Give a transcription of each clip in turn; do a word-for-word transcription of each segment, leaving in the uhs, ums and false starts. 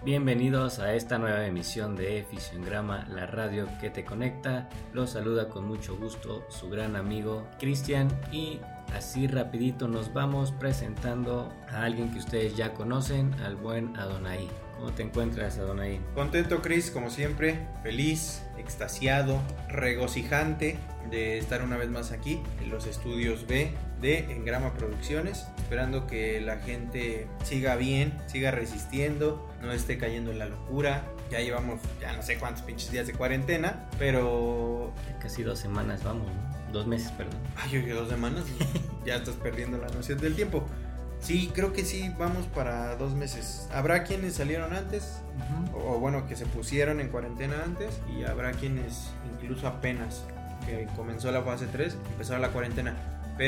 Bienvenidos a esta nueva emisión de Fisiongrama, la radio que te conecta. Los saluda con mucho gusto su gran amigo Cristian y así rapidito nos vamos presentando a alguien que ustedes ya conocen, al buen Adonai. ¿Cómo te encuentras, Adonai? Contento, Chris, como siempre, feliz, extasiado, regocijante de estar una vez más aquí en los estudios B de Engrama Producciones, esperando que la gente siga bien, siga resistiendo, no esté cayendo en la locura. Ya llevamos ya no sé cuántos pinches días de cuarentena, pero casi dos semanas vamos, ¿no? Dos meses, perdón. Ay, oye, dos semanas, ya estás perdiendo la noción del tiempo. Sí, creo que sí, vamos para dos meses. Habrá quienes salieron antes, uh-huh. o, o bueno, que se pusieron en cuarentena antes, y habrá quienes incluso apenas que comenzó la fase tres, empezaron la cuarentena.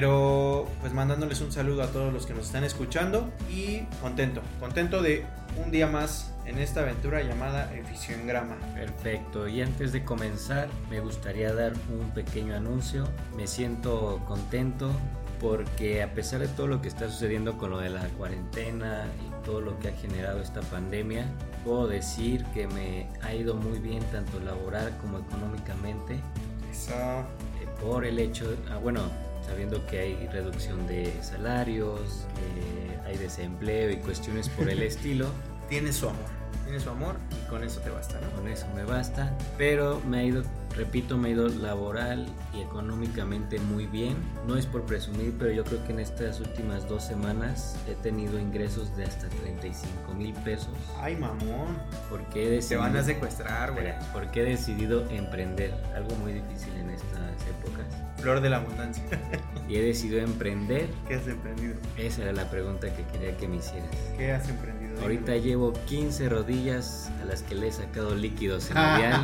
Pero pues mandándoles un saludo a todos los que nos están escuchando y contento, contento de un día más en esta aventura llamada Fisiongrama. Perfecto, y antes de comenzar me gustaría dar un pequeño anuncio. Me siento contento porque a pesar de todo lo que está sucediendo con lo de la cuarentena y todo lo que ha generado esta pandemia, puedo decir que me ha ido muy bien tanto laboral como económicamente. Eso. Eh, por el hecho, de, ah, bueno, sabiendo que hay reducción de salarios, que hay desempleo y cuestiones por el estilo. Tiene su amor, tiene su amor y con eso te basta, ¿no? Con eso me basta, pero me ha ido, repito, me ha ido laboral y económicamente muy bien. No es por presumir, pero yo creo que en estas últimas dos semanas he tenido ingresos de hasta treinta y cinco mil pesos. Ay, mamón. Porque he decidido, te van a secuestrar, güey. Porque he decidido emprender, algo muy difícil en estas épocas. Flor de la abundancia. Y he decidido emprender. ¿Qué has emprendido? Esa era la pregunta que quería que me hicieras. ¿Qué has emprendido? Ahorita llevo quince rodillas a las que le he sacado líquido sinovial.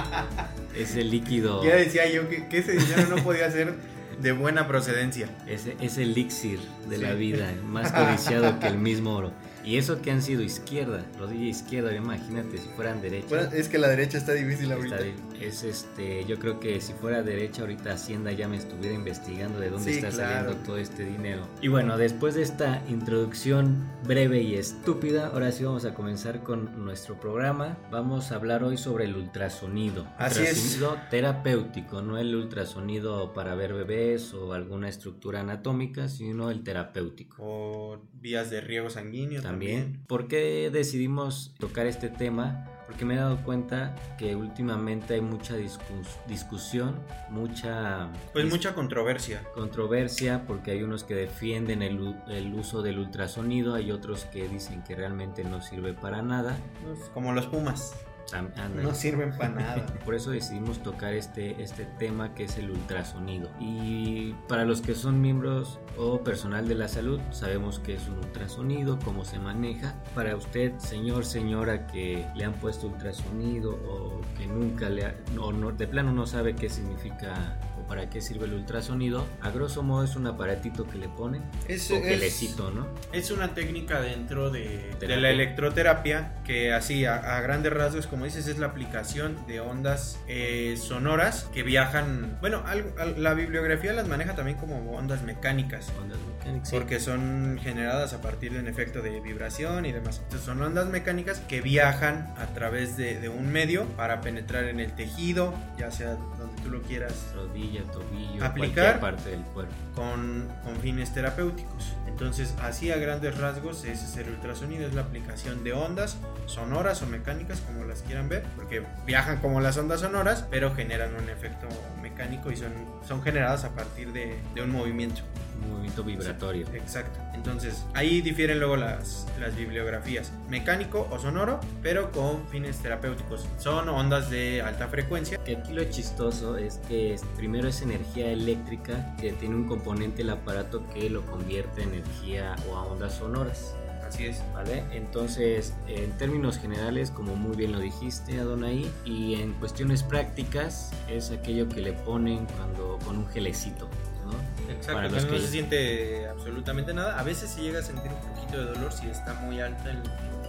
Ese líquido... Ya decía yo que, que ese dinero no podía ser de buena procedencia. Ese, ese elixir de sí. la vida, más codiciado que el mismo oro. Y eso que han sido izquierda, rodilla izquierda, imagínate si fueran derecha. Bueno, es que la derecha está difícil ahorita. Está, es este, yo creo que si fuera derecha ahorita Hacienda ya me estuviera investigando de dónde sí, está claro. saliendo todo este dinero. Y bueno, después de esta introducción breve y estúpida, ahora sí vamos a comenzar con nuestro programa. Vamos a hablar hoy sobre el ultrasonido. Así ultrasonido es. terapéutico, no el ultrasonido para ver bebés o alguna estructura anatómica, sino el terapéutico. O vías de riego sanguíneo también. También. ¿Por qué decidimos tocar este tema? Porque me he dado cuenta que últimamente hay mucha discus- discusión, mucha... Pues dis- mucha controversia. Controversia porque hay unos que defienden el, el uso del ultrasonido, hay otros que dicen que realmente no sirve para nada. Pues como los Pumas. Anda. No sirven para nada. Por eso decidimos tocar este, este tema que es el ultrasonido. Y para los que son miembros o personal de la salud, sabemos que es un ultrasonido, cómo se maneja. Para usted, señor, señora, que le han puesto ultrasonido o que nunca le ha, o no, de plano no sabe qué significa o para qué sirve el ultrasonido, a grosso modo es un aparatito que le ponen es, o que le cito, ¿no? Es una técnica dentro de, de la electroterapia que así a, a grandes rasgos, como dices, es la aplicación de ondas eh, sonoras que viajan, bueno, algo, la bibliografía las maneja también como ondas mecánicas, ondas mecánicas porque sí. son generadas a partir de un efecto de vibración y demás. Entonces son ondas mecánicas que viajan a través de, de un medio para penetrar en el tejido, ya sea donde tú lo quieras, rodilla, tobillo, aplicar cualquier parte del cuerpo, con, con fines terapéuticos. Entonces, así a grandes rasgos, ese es el ultrasonido, es la aplicación de ondas sonoras o mecánicas, como las quieran ver, porque viajan como las ondas sonoras, pero generan un efecto mecánico y son, son generadas a partir de, de un movimiento. Un movimiento vibratorio. Sí, exacto. Entonces, ahí difieren luego las, las bibliografías, mecánico o sonoro, pero con fines terapéuticos. Son ondas de alta frecuencia. Que aquí lo chistoso es que es, primero es energía eléctrica, que tiene un componente el aparato que lo convierte en energía o a ondas sonoras. Así es. ¿Vale? Entonces, en términos generales, como muy bien lo dijiste, Adonai, y en cuestiones prácticas, es aquello que le ponen cuando con un gelecito, ¿no? Exacto, para los que no se siente absolutamente nada. A veces se llega a sentir un poquito de dolor si está muy alta el,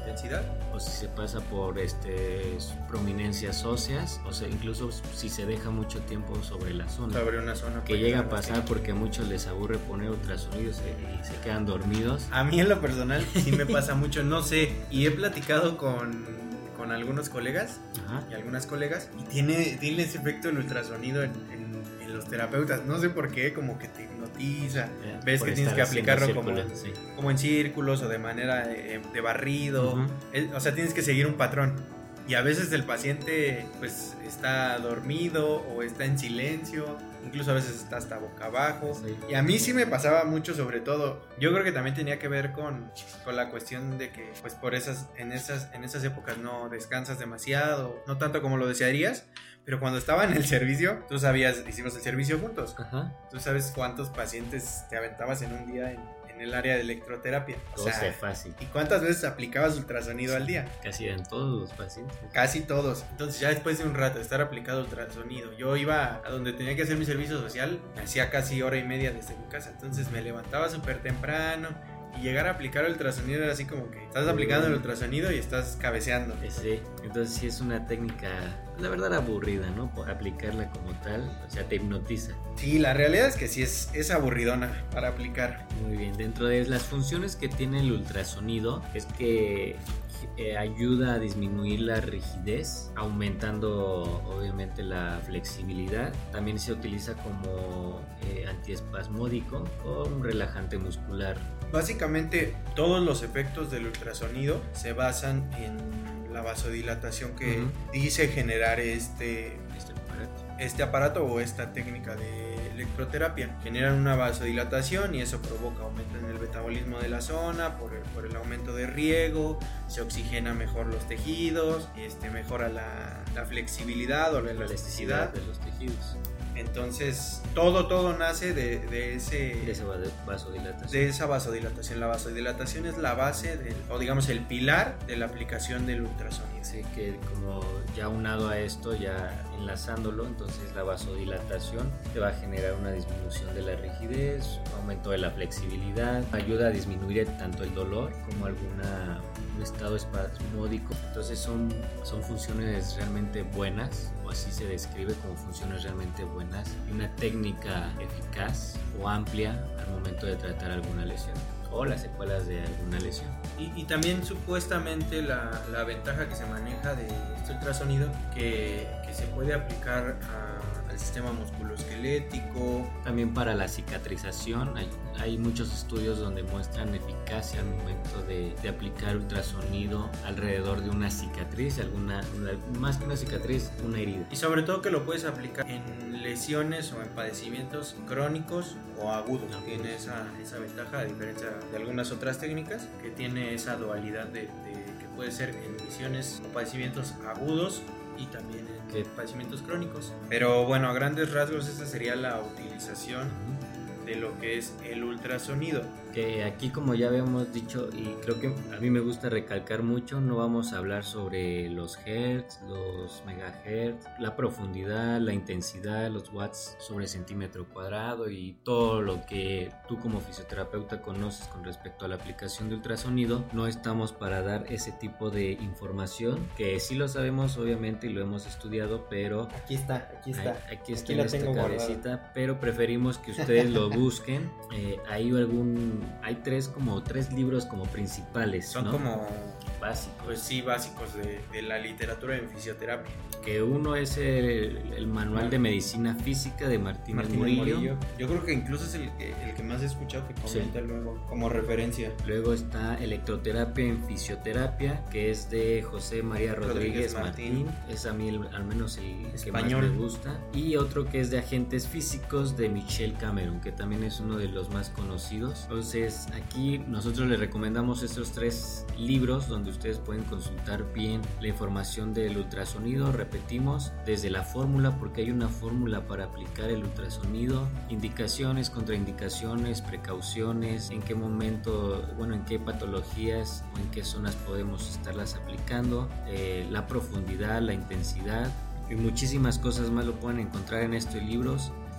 intensidad. O si se pasa por este, prominencias óseas, o sea, incluso si se deja mucho tiempo sobre la zona. Sobre una zona. Que llega a pasar porque a muchos les aburre poner ultrasonidos y se quedan dormidos. A mí en lo personal sí me pasa mucho, no sé, y he platicado con, con algunos colegas. Ajá. Y algunas colegas, y tiene, tiene ese efecto el ultrasonido en, en, en los terapeutas, no sé por qué, como que te hipnotiza, eh, ves que tienes que aplicarlo como, sí. como en círculos o de manera de, de barrido, uh-huh. es, o sea, tienes que seguir un patrón. Y a veces el paciente pues está dormido o está en silencio, incluso a veces está hasta boca abajo. Sí. Y a mí sí me pasaba mucho, sobre todo, yo creo que también tenía que ver con, con la cuestión de que pues por esas, en esas, en esas épocas no descansas demasiado, no tanto como lo desearías, pero cuando estaba en el servicio, tú sabías, hicimos el servicio juntos. Ajá. Tú sabes cuántos pacientes te aventabas en un día en, en el área de electroterapia. O sea, fácil. ¿Y cuántas veces aplicabas ultrasonido sí, al día? Casi en todos los pacientes. Casi todos. Entonces ya después de un rato de estar aplicado ultrasonido, yo iba a donde tenía que hacer mi servicio social, me hacía casi hora y media desde mi casa. Entonces me levantaba súper temprano. Y llegar a aplicar el ultrasonido era así como que estás aplicando el ultrasonido y estás cabeceando. Sí, entonces sí es una técnica, la verdad, aburrida, ¿no? Aplicarla como tal, o sea, te hipnotiza. Sí, la realidad es que sí es, es aburridona para aplicar. Muy bien, dentro de las funciones que tiene el ultrasonido es que eh, ayuda a disminuir la rigidez, aumentando obviamente la flexibilidad. También se utiliza como eh, antiespasmódico o un relajante muscular. Básicamente todos los efectos del ultrasonido se basan en la vasodilatación que uh-huh. dice generar este, este, aparato. este aparato o esta técnica de electroterapia. Generan una vasodilatación y eso provoca aumento en el metabolismo de la zona por el, por el aumento de riego, se oxigena mejor los tejidos, este, mejora la, la flexibilidad o la elasticidad de los tejidos. Entonces, todo, todo nace de, de ese... De esa vasodilatación. De esa vasodilatación. La vasodilatación es la base, del, o digamos el pilar de la aplicación del ultrasonido. Sí, que como ya unado a esto, ya enlazándolo, entonces la vasodilatación te va a generar una disminución de la rigidez, aumento de la flexibilidad, ayuda a disminuir tanto el dolor como alguna un estado espasmódico. Entonces son, son funciones realmente buenas, o así se describe como funciones realmente buenas, y una técnica eficaz o amplia al momento de tratar alguna lesión o las secuelas de alguna lesión. Y, y también supuestamente la, la ventaja que se maneja de este ultrasonido que, que se puede aplicar a, al sistema musculoesquelético. También para la cicatrización hay, hay muchos estudios donde muestran eficacia al momento de, de aplicar ultrasonido alrededor de una cicatriz, alguna, una, más que una cicatriz, una herida. Y sobre todo que lo puedes aplicar en lesiones o en padecimientos crónicos o agudos. No. Tiene esa, esa ventaja, a diferencia de algunas otras técnicas, que tiene esa dualidad de, de que puede ser en lesiones o padecimientos agudos y también en que padecimientos crónicos. Pero bueno, a grandes rasgos esa sería la utilización de lo que es el ultrasonido. Que aquí, como ya habíamos dicho, y creo que a mí me gusta recalcar mucho, no vamos a hablar sobre los hertz, los megahertz, la profundidad, la intensidad, los watts sobre centímetro cuadrado y todo lo que tú como fisioterapeuta conoces con respecto a la aplicación de ultrasonido. No estamos para dar ese tipo de información, que sí lo sabemos obviamente y lo hemos estudiado, pero aquí está, aquí está, aquí, aquí está aquí en esta cabecita, guardada. Pero preferimos que ustedes lo busquen. Eh, hay algún hay tres como tres libros como principales, son, ¿no? Como básicos, pues sí, básicos de, de la literatura en fisioterapia. Que uno es el, el manual de medicina física de Martínez, Martínez Murillo. Murillo. Yo creo que incluso es el, el que más he escuchado que comenta sí. luego como referencia. Luego está Electroterapia en Fisioterapia, que es de José María Rodríguez, Rodríguez Martín. Martín. Es a mí el, al menos el Español. Que más me gusta. Y otro que es de Agentes Físicos de Michelle Cameron, que también es uno de los más conocidos. Entonces aquí nosotros les recomendamos estos tres libros donde ustedes pueden consultar bien la información del ultrasonido. Repetimos, desde la fórmula, porque hay una fórmula para aplicar el ultrasonido, indicaciones, contraindicaciones, precauciones, en qué momento, bueno, en qué patologías o en qué zonas podemos estarlas aplicando, eh, la profundidad, la intensidad y muchísimas cosas más lo pueden encontrar en estos libros.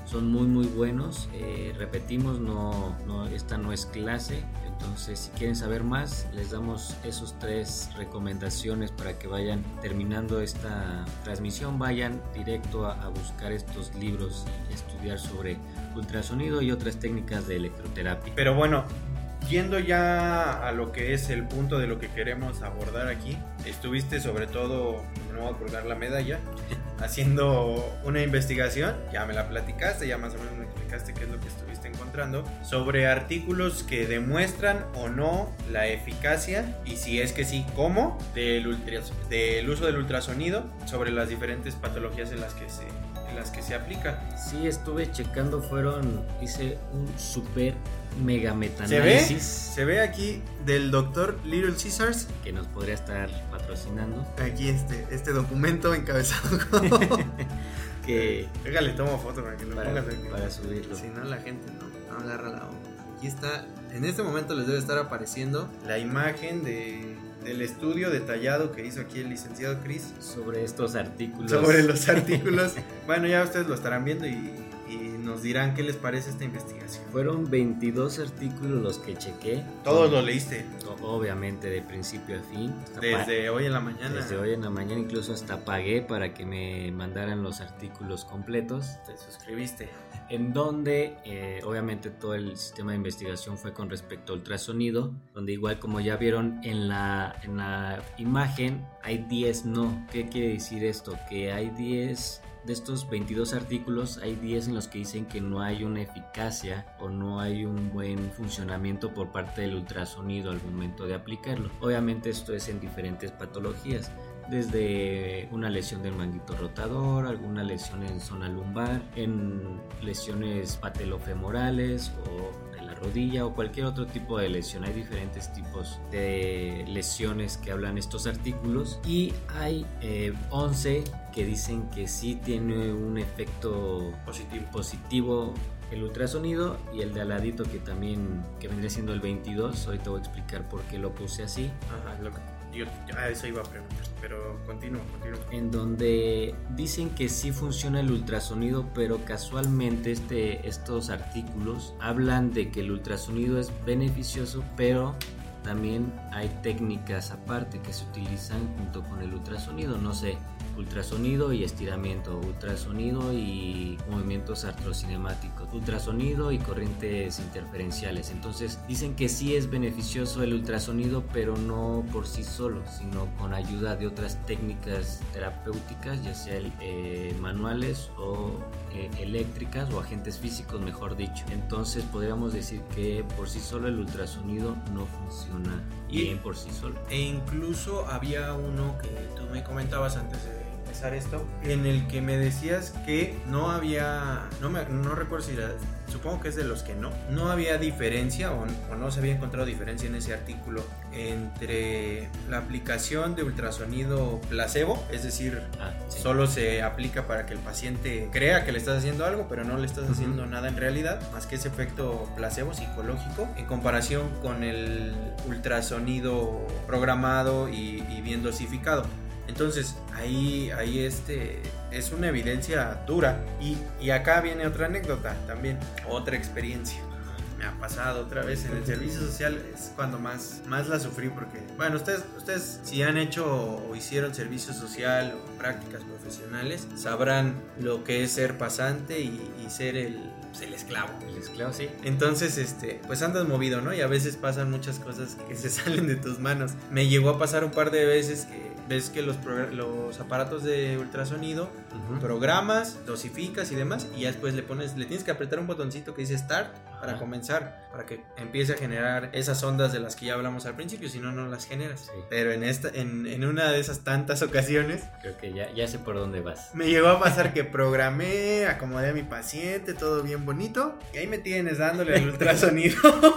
son muy muy buenos. Eh, repetimos, no, no, esta no es clase, entonces si quieren saber más les damos esos tres recomendaciones para que vayan terminando esta transmisión, vayan directo a, a buscar estos libros y estudiar sobre ultrasonido y otras técnicas de electroterapia. Pero bueno, yendo ya a lo que es el punto de lo que queremos abordar aquí, estuviste sobre todo, no voy a colgar la medalla, haciendo una investigación, ya me la platicaste, ya más o menos me explicaste qué es lo que estuviste encontrando, sobre artículos que demuestran o no la eficacia, y si es que sí, cómo, del, ultras- del uso del ultrasonido sobre las diferentes patologías en las que se, en las que se aplica. Sí, estuve checando, fueron, hice un super mega ¿Se ve? metaanálisis Se ve aquí del doctor Little Caesars. que nos podría estar patrocinando. Aquí este, este documento encabezado con... Que Déjale, tomo foto para que lo para, pongas aquí. para subirlo. Si no, la gente no, no agarra la onda. Aquí está, en este momento les debe estar apareciendo la imagen de, del estudio detallado que hizo aquí el licenciado Chris Sobre estos artículos. sobre los artículos. Bueno, ya ustedes lo estarán viendo y, y nos dirán qué les parece esta investigación. Fueron veintidós artículos los que chequé. Todos lo leíste. Obviamente de principio a fin. Hasta Desde pa- hoy en la mañana. Desde hoy en la mañana, incluso hasta pagué para que me mandaran los artículos completos. Te suscribiste. En donde eh, obviamente todo el sistema de investigación fue con respecto al ultrasonido, donde igual como ya vieron en la, en la imagen hay diez no. ¿Qué quiere decir esto? Que hay diez de estos veintidós artículos, hay diez en los que dicen que no hay una eficacia o no hay un buen funcionamiento por parte del ultrasonido al momento de aplicarlo. Obviamente esto es en diferentes patologías, desde una lesión del manguito rotador, alguna lesión en zona lumbar, en lesiones patelofemorales o de la rodilla o cualquier otro tipo de lesión. Hay diferentes tipos de lesiones que hablan estos artículos y hay eh, once que dicen que sí tiene un efecto Positivo. positivo el ultrasonido, y el de al ladito que también que vendría siendo el veintidós. Ahorita voy a explicar por qué lo puse así. Ajá, lo que yo, ah, eso iba a preguntar, pero continúo, continúo. En donde dicen que sí funciona el ultrasonido, pero casualmente este, estos artículos hablan de que el ultrasonido es beneficioso, pero también hay técnicas aparte que se utilizan junto con el ultrasonido. No sé, ultrasonido y estiramiento, ultrasonido y movimientos artrocinemáticos, ultrasonido y corrientes interferenciales. Entonces dicen que sí es beneficioso el ultrasonido, pero no por sí solo, sino con ayuda de otras técnicas terapéuticas, ya sea eh, manuales o eh, eléctricas o agentes físicos, mejor dicho. Entonces podríamos decir que por sí solo el ultrasonido no funciona bien por sí solo. E incluso había uno que tú me comentabas antes de empezar esto, en el que me decías que no había, no, me, no recuerdo si era, supongo que es de los que no, no había diferencia o, o no se había encontrado diferencia en ese artículo entre la aplicación de ultrasonido placebo, es decir, Ah, sí. solo se aplica para que el paciente crea que le estás haciendo algo, pero no le estás haciendo uh-huh. nada en realidad, más que ese efecto placebo psicológico, en comparación con el ultrasonido programado y, y bien dosificado. Entonces, ahí, ahí este, es una evidencia dura. Y, y acá viene otra anécdota también, otra experiencia. Me ha pasado otra vez en el servicio social, es cuando más, más la sufrí porque, bueno, ustedes, ustedes si han hecho o hicieron servicio social o prácticas profesionales, sabrán lo que es ser pasante y, y ser el, pues el esclavo. El esclavo, sí. Entonces, este, pues andas movido, ¿no? Y a veces pasan muchas cosas que se salen de tus manos. Me llegó a pasar un par de veces que ves que los, progr- los aparatos de ultrasonido uh-huh. programas, dosificas y demás, y ya después le pones, le tienes que apretar un botoncito que dice Start para uh-huh. comenzar, para que empiece a generar esas ondas de las que ya hablamos al principio, si no, no las generas. Sí. Pero en esta, en, en una de esas tantas ocasiones, creo que ya, ya sé por dónde vas. Me llegó a pasar que programé, acomodé a mi paciente, todo bien bonito, y ahí me tienes dándole el ultrasonido.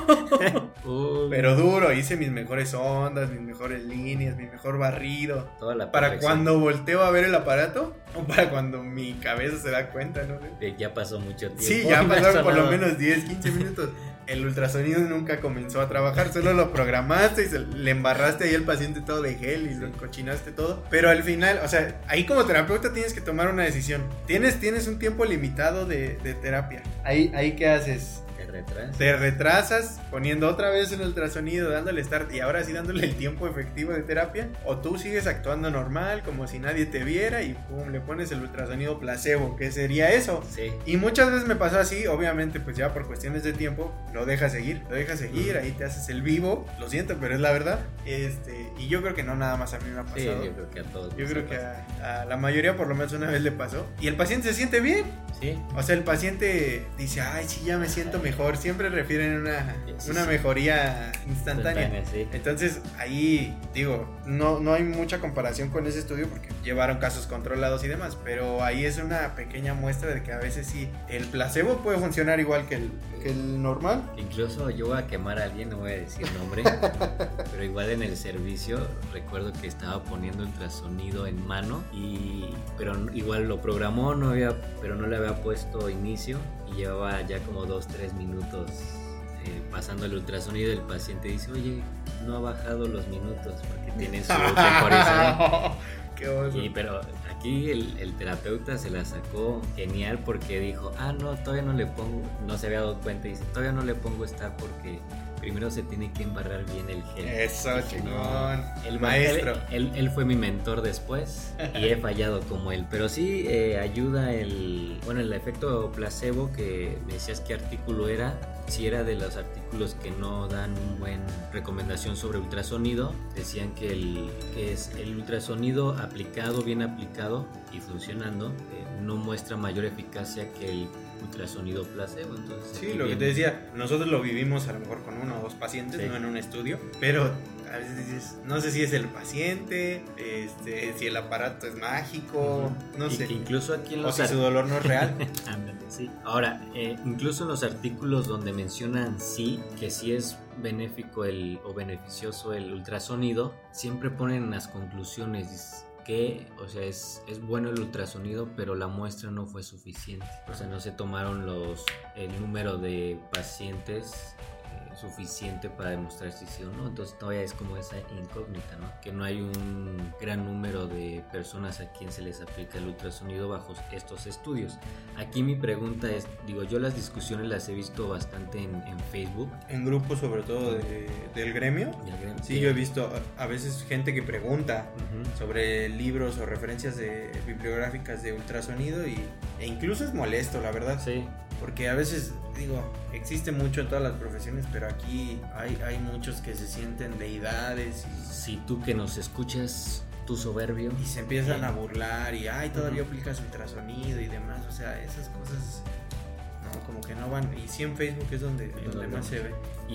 uh. Pero duro, hice mis mejores ondas, mis mejores líneas, mi mejor barrido. Toda la para cuando volteo a ver el aparato, o para cuando mi cabeza se da cuenta, ¿no? De ya pasó mucho tiempo. Sí, ya pasaron por lo menos diez, quince minutos. el ultrasonido nunca comenzó a trabajar, solo lo programaste y se, le embarraste ahí al paciente todo de gel y lo encochinaste todo. Pero al final, o sea, ahí como terapeuta tienes que tomar una decisión. Tienes, tienes un tiempo limitado de, de terapia. Ahí, ahí ¿qué haces? Te retrasas. Te retrasas poniendo otra vez el ultrasonido, dándole start y ahora sí dándole el tiempo efectivo de terapia. O tú sigues actuando normal, como si nadie te viera y pum, le pones el ultrasonido placebo, que sería eso. Sí. Y muchas veces me pasó así, obviamente pues ya por cuestiones de tiempo lo dejas seguir, lo dejas seguir, ahí te haces el vivo, lo siento, pero es la verdad. Este, y yo creo que no nada más a mí me ha pasado. Sí, yo creo que a todos. Yo creo que a, a la mayoría por lo menos una vez le pasó. Y el paciente se siente bien. Sí. O sea, el paciente dice, ay, sí, ya me siento mejor. Siempre refieren una, sí, una sí. mejoría instantánea. Instantánea, sí. Entonces, ahí, digo, no, no hay mucha comparación con ese estudio porque llevaron casos controlados y demás. Pero ahí es una pequeña muestra de que a veces sí, el placebo puede funcionar igual que el, que el normal. Incluso yo voy a quemar a alguien, no voy a decir nombre, pero igual en el servicio recuerdo que estaba poniendo ultrasonido en mano y pero igual lo programó, no había, pero no le había puesto inicio y llevaba ya como dos, tres minutos eh, pasando el ultrasonido. El paciente dice, oye, no ha bajado los minutos porque tiene su temporizador. Qué oso. Y pero aquí el, el terapeuta se la sacó genial porque dijo, ah, no, todavía no le pongo, no se había dado cuenta y dice, todavía no le pongo esta porque primero se tiene que embarrar bien el gel. Eso, Dije, chingón. no, El maestro. Él, él, él fue mi mentor después y he fallado como él. Pero sí eh, ayuda el, bueno, el efecto placebo que me decías qué artículo era. Si era de los artículos que no dan un buen recomendación sobre ultrasonido, decían que, el, que es el ultrasonido aplicado, bien aplicado y funcionando, eh, no muestra mayor eficacia que el ultrasonido placebo. Entonces, sí, lo que te decía, nosotros lo vivimos a lo mejor con uno o dos pacientes, sí. No en un estudio, pero a veces dices, no sé si es el paciente, este, si el aparato es mágico, uh-huh. no y sé. Que incluso aquí en los o si su dolor no es real. Ándale, sí. Ahora, eh, incluso en los artículos donde mencionan sí, que sí es benéfico el, o beneficioso el ultrasonido, siempre ponen en las conclusiones que, o sea, es, es bueno el ultrasonido, pero la muestra no fue suficiente. O sea, no se tomaron los el número de pacientes eh, suficiente para demostrar si sí o no. Entonces todavía es como esa incógnita, ¿no? Que no hay un gran número de personas a quien se les aplica el ultrasonido bajo estos estudios. Aquí mi pregunta es, digo, yo las discusiones las he visto bastante en, en Facebook. En grupos sobre todo de, del gremio. ¿Del gremio? Sí, yo he visto a, a veces gente que pregunta uh-huh. sobre libros o referencias de, bibliográficas de ultrasonido y, e incluso es molesto, la verdad. Sí. Porque a veces, digo, existe mucho en todas las profesiones, pero aquí hay, hay muchos que se sienten deidades. Y, si tú que nos escuchas, tu soberbio. Y se empiezan sí. a burlar y, ay, todavía uh-huh. aplicas ultrasonido y demás. O sea, esas cosas, no, como que no van. Y sí en Facebook es donde, es donde más se ve.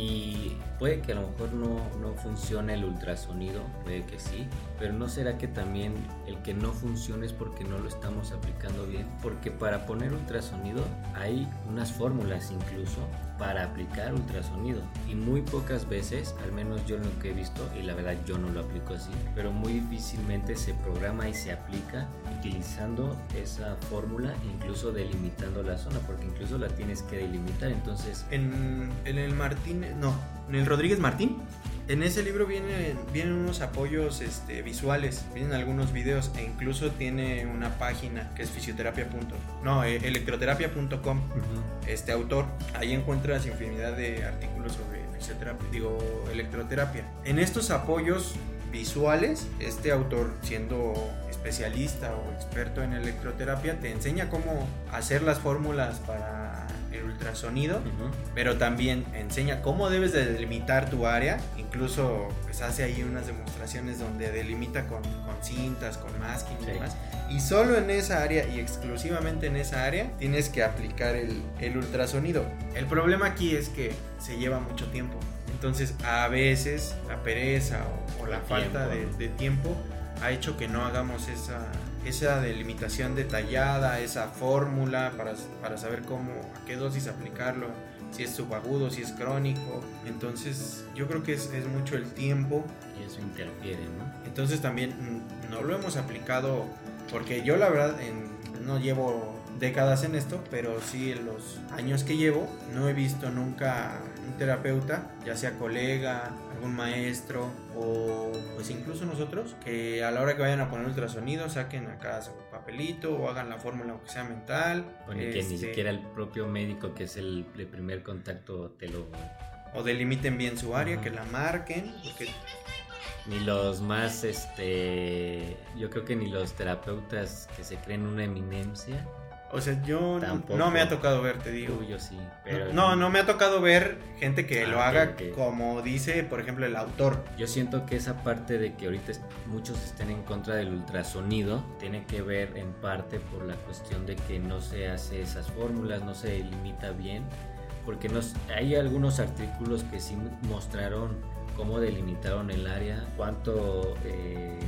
Y puede que a lo mejor no, no funcione el ultrasonido, puede que sí, pero ¿no será que también el que no funcione es porque no lo estamos aplicando bien? Porque para poner ultrasonido hay unas fórmulas incluso para aplicar ultrasonido y muy pocas veces, al menos yo lo que he visto, y la verdad yo no lo aplico así, pero muy difícilmente se programa y se aplica utilizando esa fórmula, incluso delimitando la zona, porque incluso la tienes que delimitar. Entonces en, en el Martín No, en el Rodríguez Martín, en ese libro vienen, vienen unos apoyos este, visuales, vienen algunos videos e incluso tiene una página que es fisioterapia. No, eh, electroterapia punto com. Uh-huh. Este autor, ahí encuentras infinidad de artículos sobre fisioterapia, digo, electroterapia. En estos apoyos visuales, este autor, siendo especialista o experto en electroterapia, te enseña cómo hacer las fórmulas para el ultrasonido, uh-huh. pero también enseña cómo debes de delimitar tu área. Incluso pues hace ahí unas demostraciones donde delimita con, con cintas, con masking y sí. demás, y solo en esa área y exclusivamente en esa área tienes que aplicar el, el ultrasonido. El problema aquí es que se lleva mucho tiempo, entonces a veces la pereza o, o la falta de, de tiempo ha hecho que no hagamos esa, esa delimitación detallada, esa fórmula para, para saber cómo, a qué dosis aplicarlo, si es subagudo, si es crónico. Entonces yo creo que es, es mucho el tiempo. Y eso interfiere, ¿no? Entonces también no lo hemos aplicado, porque yo la verdad en, no llevo décadas en esto, pero sí en los años que llevo no he visto nunca un terapeuta, ya sea colega, algún maestro o pues incluso nosotros, que a la hora que vayan a poner ultrasonido saquen acá su papelito o hagan la fórmula aunque sea mental. O ni este... que ni siquiera el propio médico, que es el, el primer contacto, te lo... O delimiten bien su área, uh-huh. que la marquen, porque... Ni los más, este, yo creo que ni los terapeutas que se creen una eminencia. O sea, yo Tampoco. no me ha tocado ver, te digo. Uy, yo sí, pero... No, no me ha tocado ver gente que ah, lo haga okay, okay. como dice, por ejemplo, el autor. Yo siento que esa parte de que ahorita muchos estén en contra del ultrasonido tiene que ver en parte por la cuestión de que no se hace esas fórmulas, no se delimita bien, porque nos, hay algunos artículos que sí mostraron cómo delimitaron el área, cuánto, eh,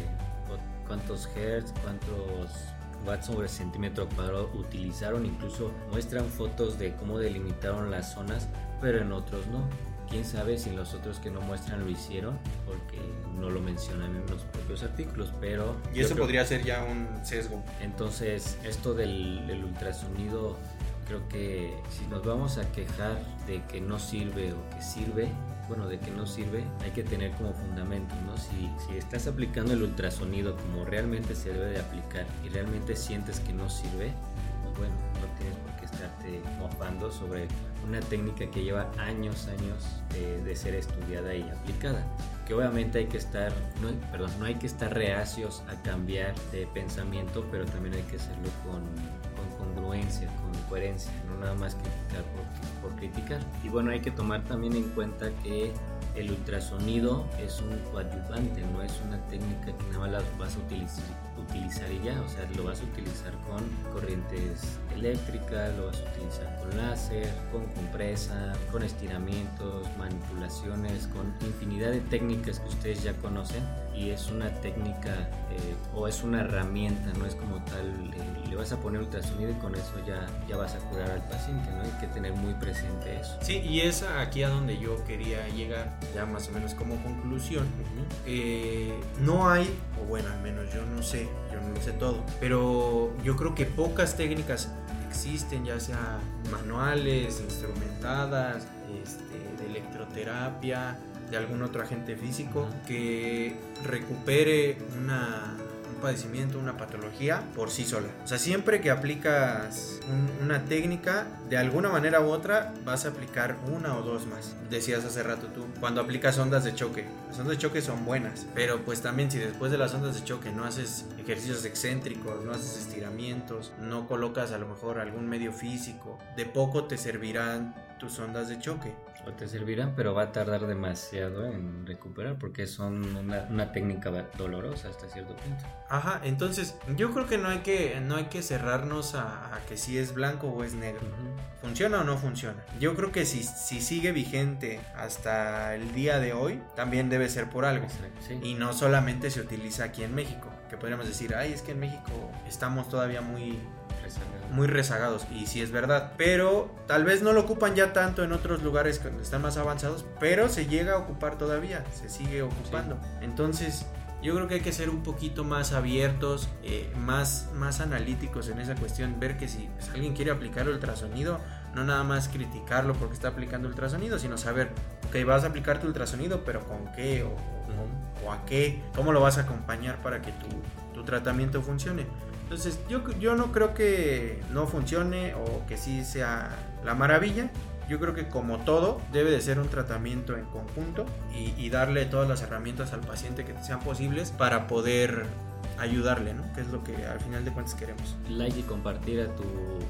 cuántos hertz, cuántos watts sobre centímetro cuadrado utilizaron, incluso muestran fotos de cómo delimitaron las zonas, pero en otros no. Quién sabe si los otros que no muestran lo hicieron, porque no lo mencionan en los propios artículos, pero... Y eso podría ser ya un sesgo. Entonces, esto del, del ultrasonido, creo que si nos vamos a quejar de que no sirve o que sirve, bueno, de que no sirve, hay que tener como fundamento, ¿no? Si, si estás aplicando el ultrasonido como realmente se debe de aplicar y realmente sientes que no sirve, pues bueno, no tienes por qué estarte mofando sobre una técnica que lleva años, años de, de ser estudiada y aplicada. Que obviamente hay que estar, no, perdón, no hay que estar reacios a cambiar de pensamiento, pero también hay que hacerlo con, con congruencia, con coherencia, no nada más criticar por, por criticar. Y bueno, hay que tomar también en cuenta que el ultrasonido es un coadyuvante, no es una técnica que nada más la vas a utilizar, utilizar y ya, o sea, lo vas a utilizar con corrientes eléctricas, lo vas a utilizar con láser, con compresa, con estiramientos, manipulaciones, con infinidad de técnicas que ustedes ya conocen, y es una técnica eh, o es una herramienta, no es como tal, eh, le vas a poner ultrasonido y con eso ya, ya vas a curar al paciente, ¿no? Hay que tener muy presente eso. Sí, y es aquí a donde yo quería llegar, ya más o menos como conclusión. Uh-huh. eh, no hay, o bueno, al menos yo no sé, yo no lo sé todo, pero yo creo que pocas técnicas existen, ya sea manuales, instrumentadas, este, de electroterapia, de algún otro agente físico, uh-huh. que recupere una... padecimiento, una patología por sí sola. O sea, siempre que aplicas un, una técnica, de alguna manera u otra vas a aplicar una o dos más. Decías hace rato tú, cuando aplicas ondas de choque, las ondas de choque son buenas, pero pues también si después de las ondas de choque no haces ejercicios excéntricos, no haces estiramientos, no colocas a lo mejor algún medio físico, de poco te servirán tus ondas de choque. O te servirán, pero va a tardar demasiado en recuperar porque son una, una técnica dolorosa hasta cierto punto. Ajá, entonces yo creo que no hay que, no hay que cerrarnos a, a que si es blanco o es negro. Uh-huh. ¿Funciona o no funciona? Yo creo que si, si sigue vigente hasta el día de hoy, también debe ser por algo. Sí. Y no solamente se utiliza aquí en México, que podríamos decir, ay, es que en México estamos todavía muy... muy rezagados, y sí es verdad, pero tal vez no lo ocupan ya tanto en otros lugares que están más avanzados, pero se llega a ocupar todavía, se sigue ocupando. Sí. Entonces yo creo que hay que ser un poquito más abiertos, eh, más, más analíticos en esa cuestión, ver que si pues, alguien quiere aplicar el ultrasonido, no nada más criticarlo porque está aplicando ultrasonido, sino saber, ok, vas a aplicar tu ultrasonido, pero ¿con qué? O, uh-huh. o, o a qué, ¿cómo lo vas a acompañar para que tu, tu tratamiento funcione? Entonces yo, yo no creo que no funcione o que sí sea la maravilla. Yo creo que como todo debe de ser un tratamiento en conjunto y, y darle todas las herramientas al paciente que sean posibles para poder ayudarle, ¿no? Que es lo que al final de cuentas queremos. Like y compartir a tu,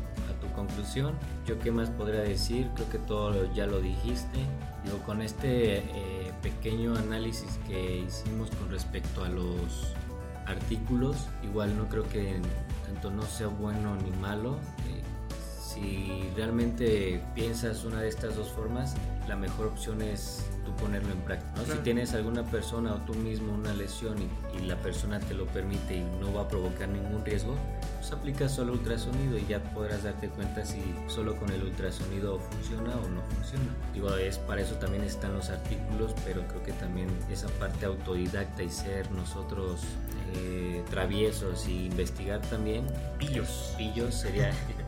a tu conclusión. Yo qué más podría decir, creo que todo ya lo dijiste. Digo, con este eh, pequeño análisis que hicimos con respecto a los artículos, igual no creo que tanto no sea bueno ni malo. Eh, si realmente piensas una de estas dos formas, la mejor opción es tú ponerlo en práctica, ¿no? Claro. Si tienes alguna persona o tú mismo una lesión y, y la persona te lo permite y no va a provocar ningún riesgo, pues aplicas solo ultrasonido y ya podrás darte cuenta si solo con el ultrasonido funciona o no funciona. Digo, es para eso también están los artículos, pero creo que también esa parte autodidacta y ser nosotros eh, traviesos y investigar también, pillos, pillos sería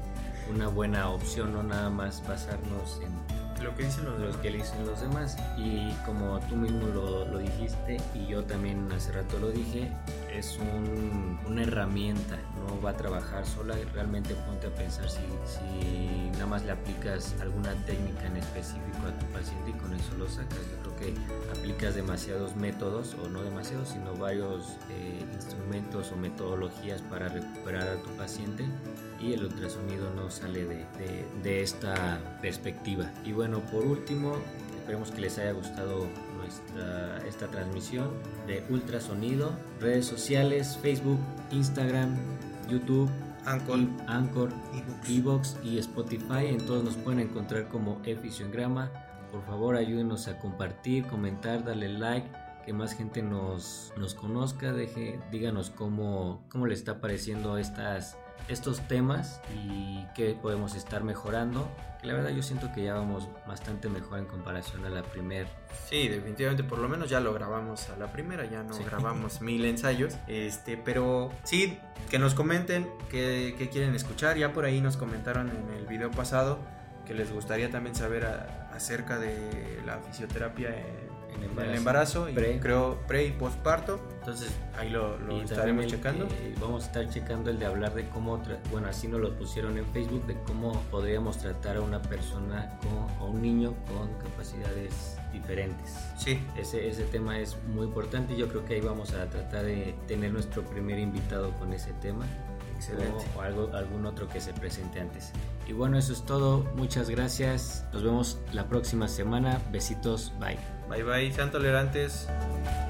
una buena opción, no nada más basarnos en lo que dicen los, los que dicen los demás. Y como tú mismo lo, lo dijiste y yo también hace rato lo dije, es un, una herramienta, no va a trabajar sola. Realmente ponte a pensar si, si nada más le aplicas alguna técnica en específico a tu paciente y con eso lo sacas. Yo creo que aplicas demasiados métodos, o no demasiados, sino varios eh, instrumentos o metodologías para recuperar a tu paciente, y el ultrasonido no sale de, de, de esta perspectiva. Y bueno, por último, esperemos que les haya gustado nuestra esta transmisión de ultrasonido. Redes sociales: Facebook, Instagram, YouTube, Anchor, y, Anchor, Evox y Spotify. En todos nos pueden encontrar como Efisioengrama. Por favor, ayúdenos a compartir, comentar, darle like, que más gente nos, nos conozca. Deje, díganos cómo, cómo le está pareciendo estas estos temas y qué podemos estar mejorando. Que la verdad yo siento que ya vamos bastante mejor en comparación a la primera. Sí, definitivamente, por lo menos ya lo grabamos a la primera, ya no sí. grabamos mil ensayos, este, pero sí, que nos comenten qué, qué quieren escuchar. Ya por ahí nos comentaron en el video pasado que les gustaría también saber a, acerca de la fisioterapia en en embarazo, el embarazo y pre. creo pre y postparto. Entonces ahí lo, lo estaremos el, checando. Eh, vamos a estar checando el de hablar de cómo, tra- bueno, así nos lo pusieron en Facebook, de cómo podríamos tratar a una persona con, o un niño con capacidades diferentes. Sí. Ese, ese tema es muy importante y yo creo que ahí vamos a tratar de tener nuestro primer invitado con ese tema. Excelente. O, o algo, algún otro que se presente antes. Y bueno, eso es todo. Muchas gracias. Nos vemos la próxima semana. Besitos. Bye. Bye bye. Sean tolerantes.